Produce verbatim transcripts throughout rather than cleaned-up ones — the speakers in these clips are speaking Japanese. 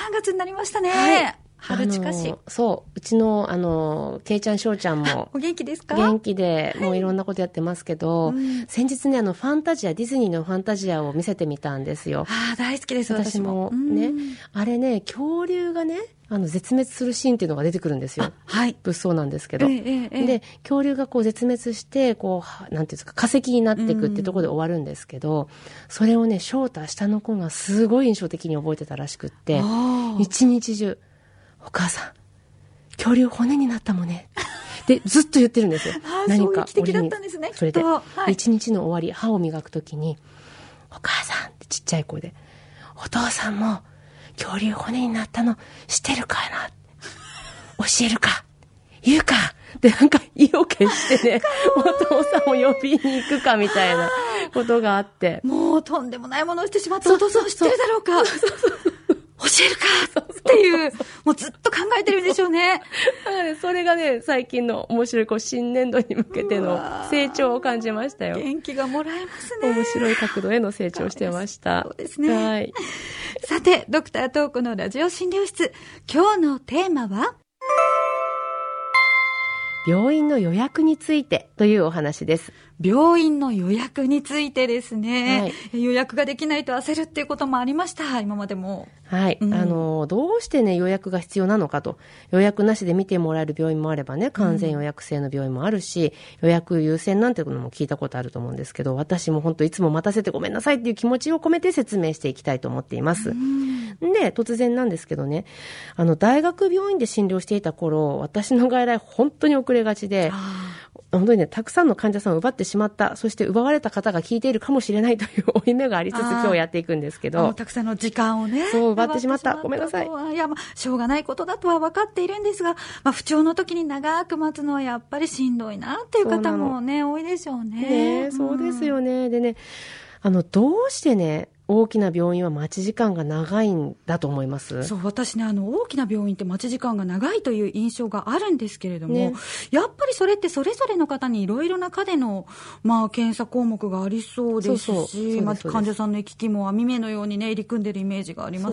さんがつになりましたね。 はい、 春近し。 そう、うちの、あの、けいちゃん、しょうちゃんも。 お元気ですか？ 元気で、もういろんなことやってますけど、 はい、うん、 先日ね、あの、ファンタジア、ディズニーのファンタジアを見せてみたんですよ。 ああ、大好きです、私も。 私もね、あれね、恐竜がね、あの、絶滅するシーンっていうのが出てくるんですよ。 はい。 物騒なんですけど。 ええええ、 で、恐竜がこう絶滅して、こう、なんていうんですか、化石になっていくってところで終わるんですけど、それをね、翔太、下の子がすごい印象的に覚えてたらしくって、一日中、お母さん、恐竜骨になったもんね。で、ずっと言ってるんですよ。 何か。そういう奇跡だったんですね、 それで、 はい、 一日の終わり、歯を磨くときに、お母さんってちっちゃい声で、お父さんも恐竜骨になったの知ってるかな、教えるか、言うかってなんか意を決してね、お父さんを呼びに行くかみたいなことがあって。 もうとんでもないものをしてしまったお父さんを知ってるだろうか。そうそうそうそう教えるかっていう、もうずっと考えてるんでしょうね。 それがね、最近の面白いこう新年度に向けての成長を感じましたよ。 元気がもらえますね。 面白い角度への成長をしてました。 そうですね。 はい。 さて、ドクタートークのラジオ診療室、今日のテーマは病院の予約についてというお話です。 病院の予約についてですね、 はい、 予約ができないと焦るっていうこともありました、今までも。 はい、うん、あのどうしてね予約が必要なのかと。予約なしで見てもらえる病院もあればね、完全予約制の病院もあるし、うん、予約優先なんていうのも聞いたことあると思うんですけど、私も本当いつも待たせてごめんなさいっていう気持ちを込めて説明していきたいと思っています。うん、で突然なんですけどね、あの大学病院で診療していた頃、私の外来本当に遅れがちで、本当にね、たくさんの患者さんを奪ってしまった、そして奪われた方が聞いているかもしれないという負い目がありつつ今日やっていくんですけど、 たくさんの時間をね、 そう奪ってしまった、ごめんなさい。 いや、まあ、しょうがないことだとは分かっているんですが、まあ、不調の時に長く待つのはやっぱりしんどいなっていう方もね、多いでしょうね。 ね、そうですよね。でね、あの、どうしてね、大きな病院は待ち時間が長いんだと思います？ そう、私ね、あの大きな病院って待ち時間が長いという印象があるんですけれども、ね、やっぱりそれってそれぞれの方にいろいろな科での、まあ、検査項目がありそうですし、まあ、患者さんの行き来も網目のようにね入り組んでるイメージがあります。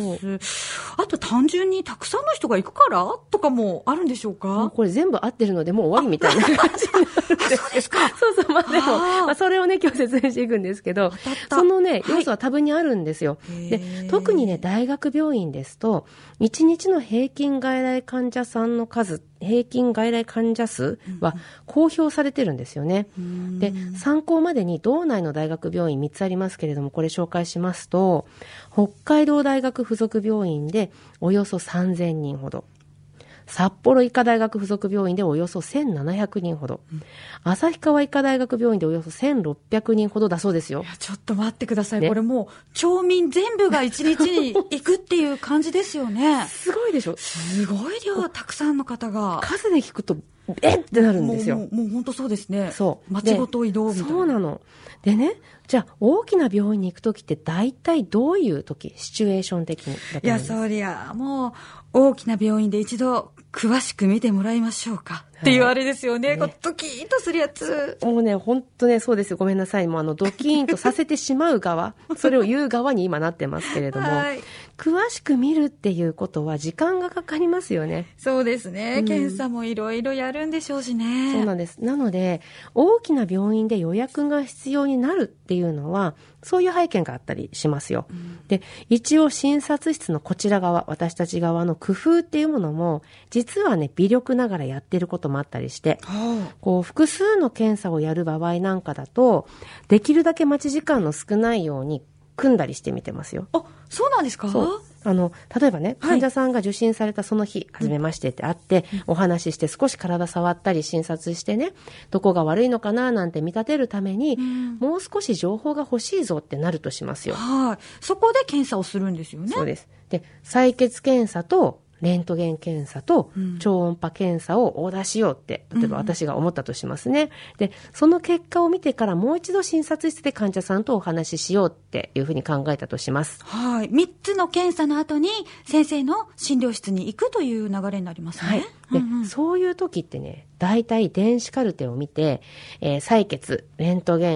あと単純にたくさんの人が行くからとかもあるんでしょうか？ これ全部合ってるのでもう終わりみたいな感じになるんですそうですか。 そうそう、まあでもまあ、それをね今日説明していくんですけど、そのね要素は多分にあるんですよ。はい、で特にね大学病院ですといちにちの平均外来患者さんの数、平均外来患者数は公表されてるんですよね。うん、で参考までに道内の大学病院みっつありますけれども、これ紹介しますと、北海道大学附属病院でおよそさんぜんにんほど、札幌医科大学附属病院でおよそせんななひゃくにんほど、うん、旭川医科大学病院でおよそせんろっぴゃくにんほどだそうですよ。 いや、ちょっと待ってください、ね、これもう町民全部がいちにちに行くっていう感じですよね。 すごいでしょ。 すごい量、たくさんの方が。 数で聞くとえってなるんですよ。 もうもう本当そうですね。 そう街ごと移動みたいな。 そうなの。でね、じゃあ大きな病院に行くときって大体どういうとき、シチュエーション的にだと思います？ いや、そりゃもう大きな病院で一度詳しく見てもらいましょうか、はい、っていうあれですよね。ね、ドキーンとするやつ。 もうね、本当ね、そうですよ。ごめんなさい。もうあのドキーンとさせてしまう側、それを言う側に今なってますけれども、はい、詳しく見るっていうことは時間がかかりますよね。 そうですね。うん、検査もいろいろやるんでしょうしね。 そうなんです。なので大きな病院で予約が必要になるっていうのはそういう背景があったりしますよ。うん、で、一応診察室のこちら側、私たち側の工夫っていうものも実はね微力ながらやってることもあったりして、はあ、こう複数の検査をやる場合なんかだとできるだけ待ち時間の少ないように組んだりしてみてますよ。 あ、そうなんですか？ そう。あの例えばね、患者さんが受診されたその日、はい、初めましてって会って、うん、お話しして少し体触ったり診察してね、どこが悪いのかななんて見立てるために、うん、もう少し情報が欲しいぞってなるとしますよ。 はい。そこで検査をするんですよね。 そうです。で、採血検査とレントゲン検査と超音波検査をオーダーしようって、例えば私が思ったとしますね。うん、で、その結果を見てからもう一度診察室で患者さんとお話ししようっていうふうに考えたとします。 はい。みっつの検査の後に先生の診療室に行くという流れになりますね。はい。 で、 うんうん、 そういう時ってね、大体電子カルテを見て、えー、採血、レントゲン、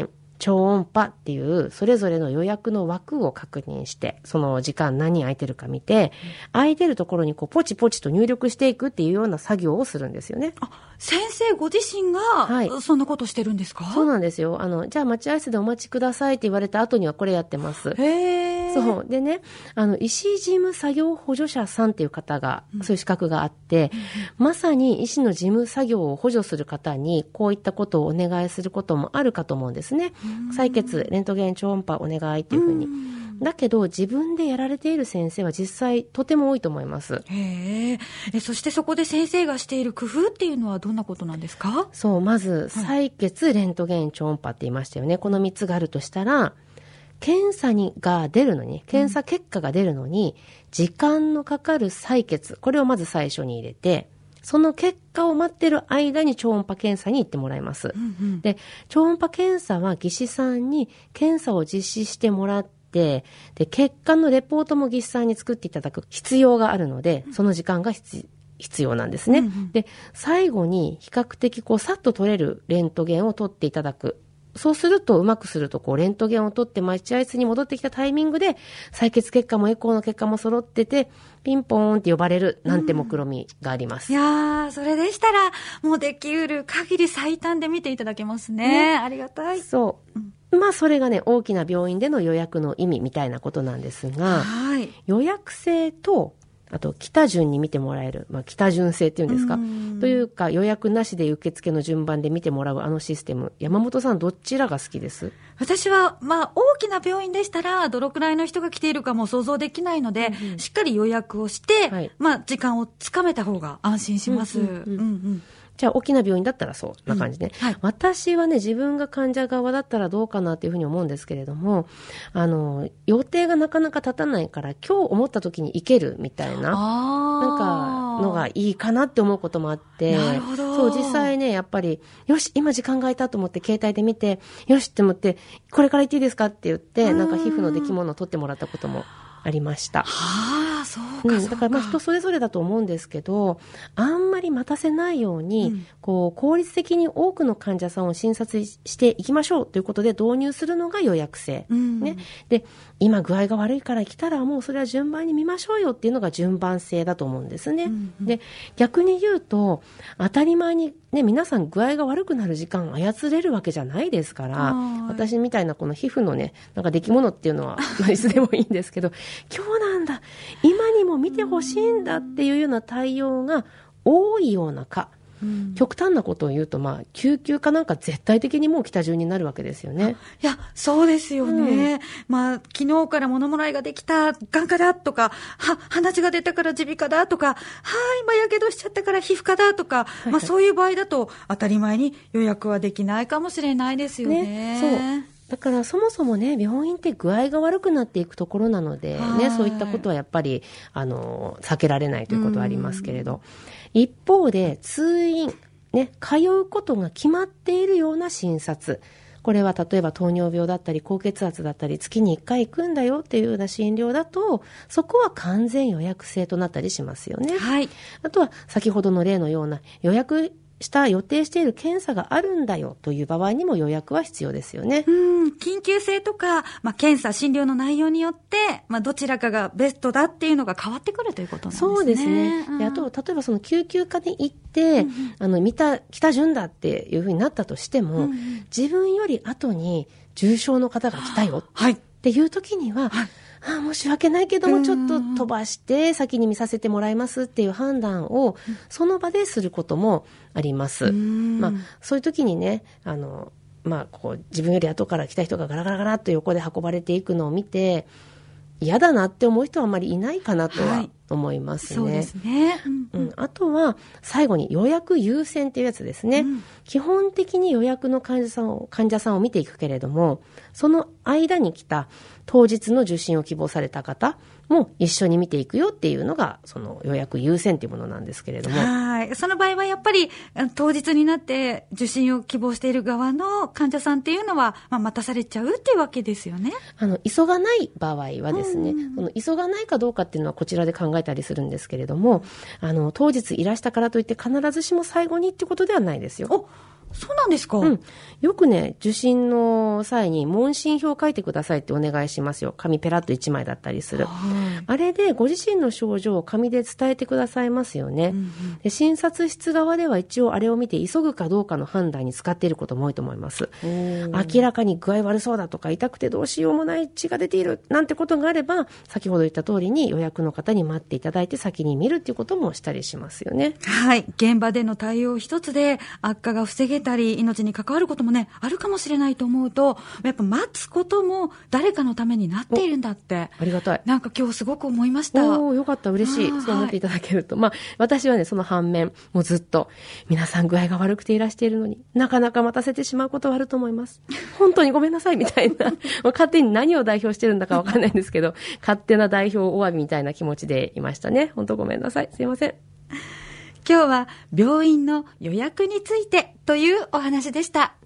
超音波っていうそれぞれの予約の枠を確認して、その時間何人空いてるか見て、空いてるところにこうポチポチと入力していくっていうような作業をするんですよね。 あ、先生ご自身が、はい、そんなことしてるんですか？ そうなんですよ。あの、じゃあ待合室でお待ちくださいって言われた後にはこれやってます。 へー。 そう。でね、あの、医師事務作業補助者さんっていう方が、うん、そういう資格があって、うん、まさに医師の事務作業を補助する方に、こういったことをお願いすることもあるかと思うんですね。採血、レントゲン、超音波お願いっていうふうに。だけど、自分でやられている先生は実際とても多いと思います。 へえ。そしてそこで先生がしている工夫っていうのはどんなことなんですか？ そう、まず、採血、レントゲン、超音波って言いましたよね。このみっつがあるとしたら、検査にが出るのに、検査結果が出るのに、時間のかかる採血、これをまず最初に入れて、その結果を待ってる間に超音波検査に行ってもらいます。うんうん、で、超音波検査は技師さんに検査を実施してもらって、で、結果のレポートも技師さんに作っていただく必要があるので、その時間が必必要なんですね。うんうん、で、最後に比較的こうさっと取れるレントゲンを取っていただく。そうすると、うまくすると、こう、レントゲンを取って待合室に戻ってきたタイミングで、採血結果もエコーの結果も揃ってて、ピンポーンって呼ばれるなんて目論みがあります。 うん、いやー、それでしたら、もうできうる限り最短で見ていただけますね。ね、ありがたい。 そう。うん、まあ、それがね、大きな病院での予約の意味みたいなことなんですが、 はい。 予約制と、あと、来た順に見てもらえる。まあ、来た順制っていうんですか。というか、予約なしで受付の順番で見てもらうあのシステム。山本さん、どちらが好きです？ 私は、まあ、大きな病院でしたら、どのくらいの人が来ているかも想像できないので、うんうん、しっかり予約をして、はい、まあ、時間をつかめた方が安心します。うんうんうんうん、 じゃあ、大きな病院だったらそうな感じね、うんはい。私はね、自分が患者側だったらどうかなっていうふうに思うんですけれども、あの、予定がなかなか立たないから、今日思った時に行けるみたいな、なんか、のがいいかなって思うこともあって、 なるほど。 そう、実際ね、やっぱり、よし、今時間が空いたと思って、携帯で見て、よしって思って、これから行っていいですかって言って、なんか皮膚の出来物を取ってもらったこともありました。 はあ、そうか、 うん、 そうか。 だからまあ人それぞれだと思うんですけど、あんまり待たせないように、うん、こう効率的に多くの患者さんを診察していきましょうということで導入するのが予約制、うんね、で今具合が悪いから来たらもうそれは順番に見ましょうよっていうのが順番制だと思うんですね、うんうん、で逆に言うと当たり前にね、皆さん具合が悪くなる時間操れるわけじゃないですから、私みたいなこの皮膚のね、なんか出来物っていうのは、まあ、いつでもいいんですけど、今日なんだ、今にも見てほしいんだっていうような対応が多いようなか、うん、極端なことを言うと、まあ、救急かなんか絶対的にもう来た順になるわけですよね。 いや、そうですよね。うん、まあ、昨日から物もらいができた、眼科だとか、は、鼻血が出たから耳鼻科だとか、はい、今やけどしちゃったから皮膚科だとか、はいはい、まあそういう場合だと当たり前に予約はできないかもしれないですよね。ね、 そう。だからそもそもね、病院って具合が悪くなっていくところなので、ね、そういったことはやっぱり、あの、避けられないということはありますけれど、一方で通院、ね、通うことが決まっているような診察、これは例えば糖尿病だったり高血圧だったり月にいっかい行くんだよっていうような診療だと、そこは完全予約制となったりしますよね。 はい。 あとは先ほどの例のような予約した予定している検査があるんだよという場合にも予約は必要ですよね。 うん、緊急性とか、まあ、検査診療の内容によって、まあ、どちらかがベストだっていうのが変わってくるということなんですね。 そうですね。で、あと例えばその救急科に行って、うんうん、あの見た来た順だっていうふうになったとしても、うんうん、自分より後に重症の方が来たよっていう時には、はい、ああ申し訳ないけどもちょっと飛ばして先に見させてもらいますっていう判断をその場ですることもあります。まあ、そういう時にね、あの、まあ、こう自分より後から来た人がガラガラガラっと横で運ばれていくのを見て嫌だなって思う人はあまりいないかなとは思いますね。 はい、そうですね。 うんうん、あとは最後に予約優先っていうやつですね。うん、基本的に予約の患者さんを患者さんを見ていくけれども、その間に来た当日の受診を希望された方も一緒に見ていくよっていうのがその予約優先というものなんですけれども、 はい、その場合はやっぱり当日になって受診を希望している側の患者さんっていうのは、まあ、待たされちゃうっていうわけですよね。 あの急がない場合はですね、その急がないかどうかっていうのはこちらで考えたりするんですけれども、あの当日いらしたからといって必ずしも最後にってことではないですよ。 おそうなんですか。 うん。よくね、受診の際に問診票を書いてくださいってお願いしますよ。紙ペラッといちまいだったりする。あれでご自身の症状を紙で伝えてくださいますよね。うんうん、で診察室側では一応あれを見て急ぐかどうかの判断に使っていることも多いと思います。明らかに具合悪そうだとか、痛くてどうしようもない血が出ているなんてことがあれば、先ほど言った通りに予約の方に待っていただいて先に見るっていうこともしたりしますよね。 はい。現場での対応一つで悪化が防げたり、命に関わることもね、あるかもしれないと思うと、やっぱ待つことも誰かのためになっているんだって。 ありがたい。 なんか今日すごく思いました。 おー、よかった。嬉しい。そう思っていただけると。はい、まあ、私はね、その反面、もうずっと、皆さん具合が悪くていらしているのになかなか待たせてしまうことはあると思います。本当にごめんなさい、みたいな。勝手に何を代表してるんだかわかんないんですけど、勝手な代表お詫びみたいな気持ちでいましたね。本当ごめんなさい。すいません。 今日は病院の予約についてというお話でした。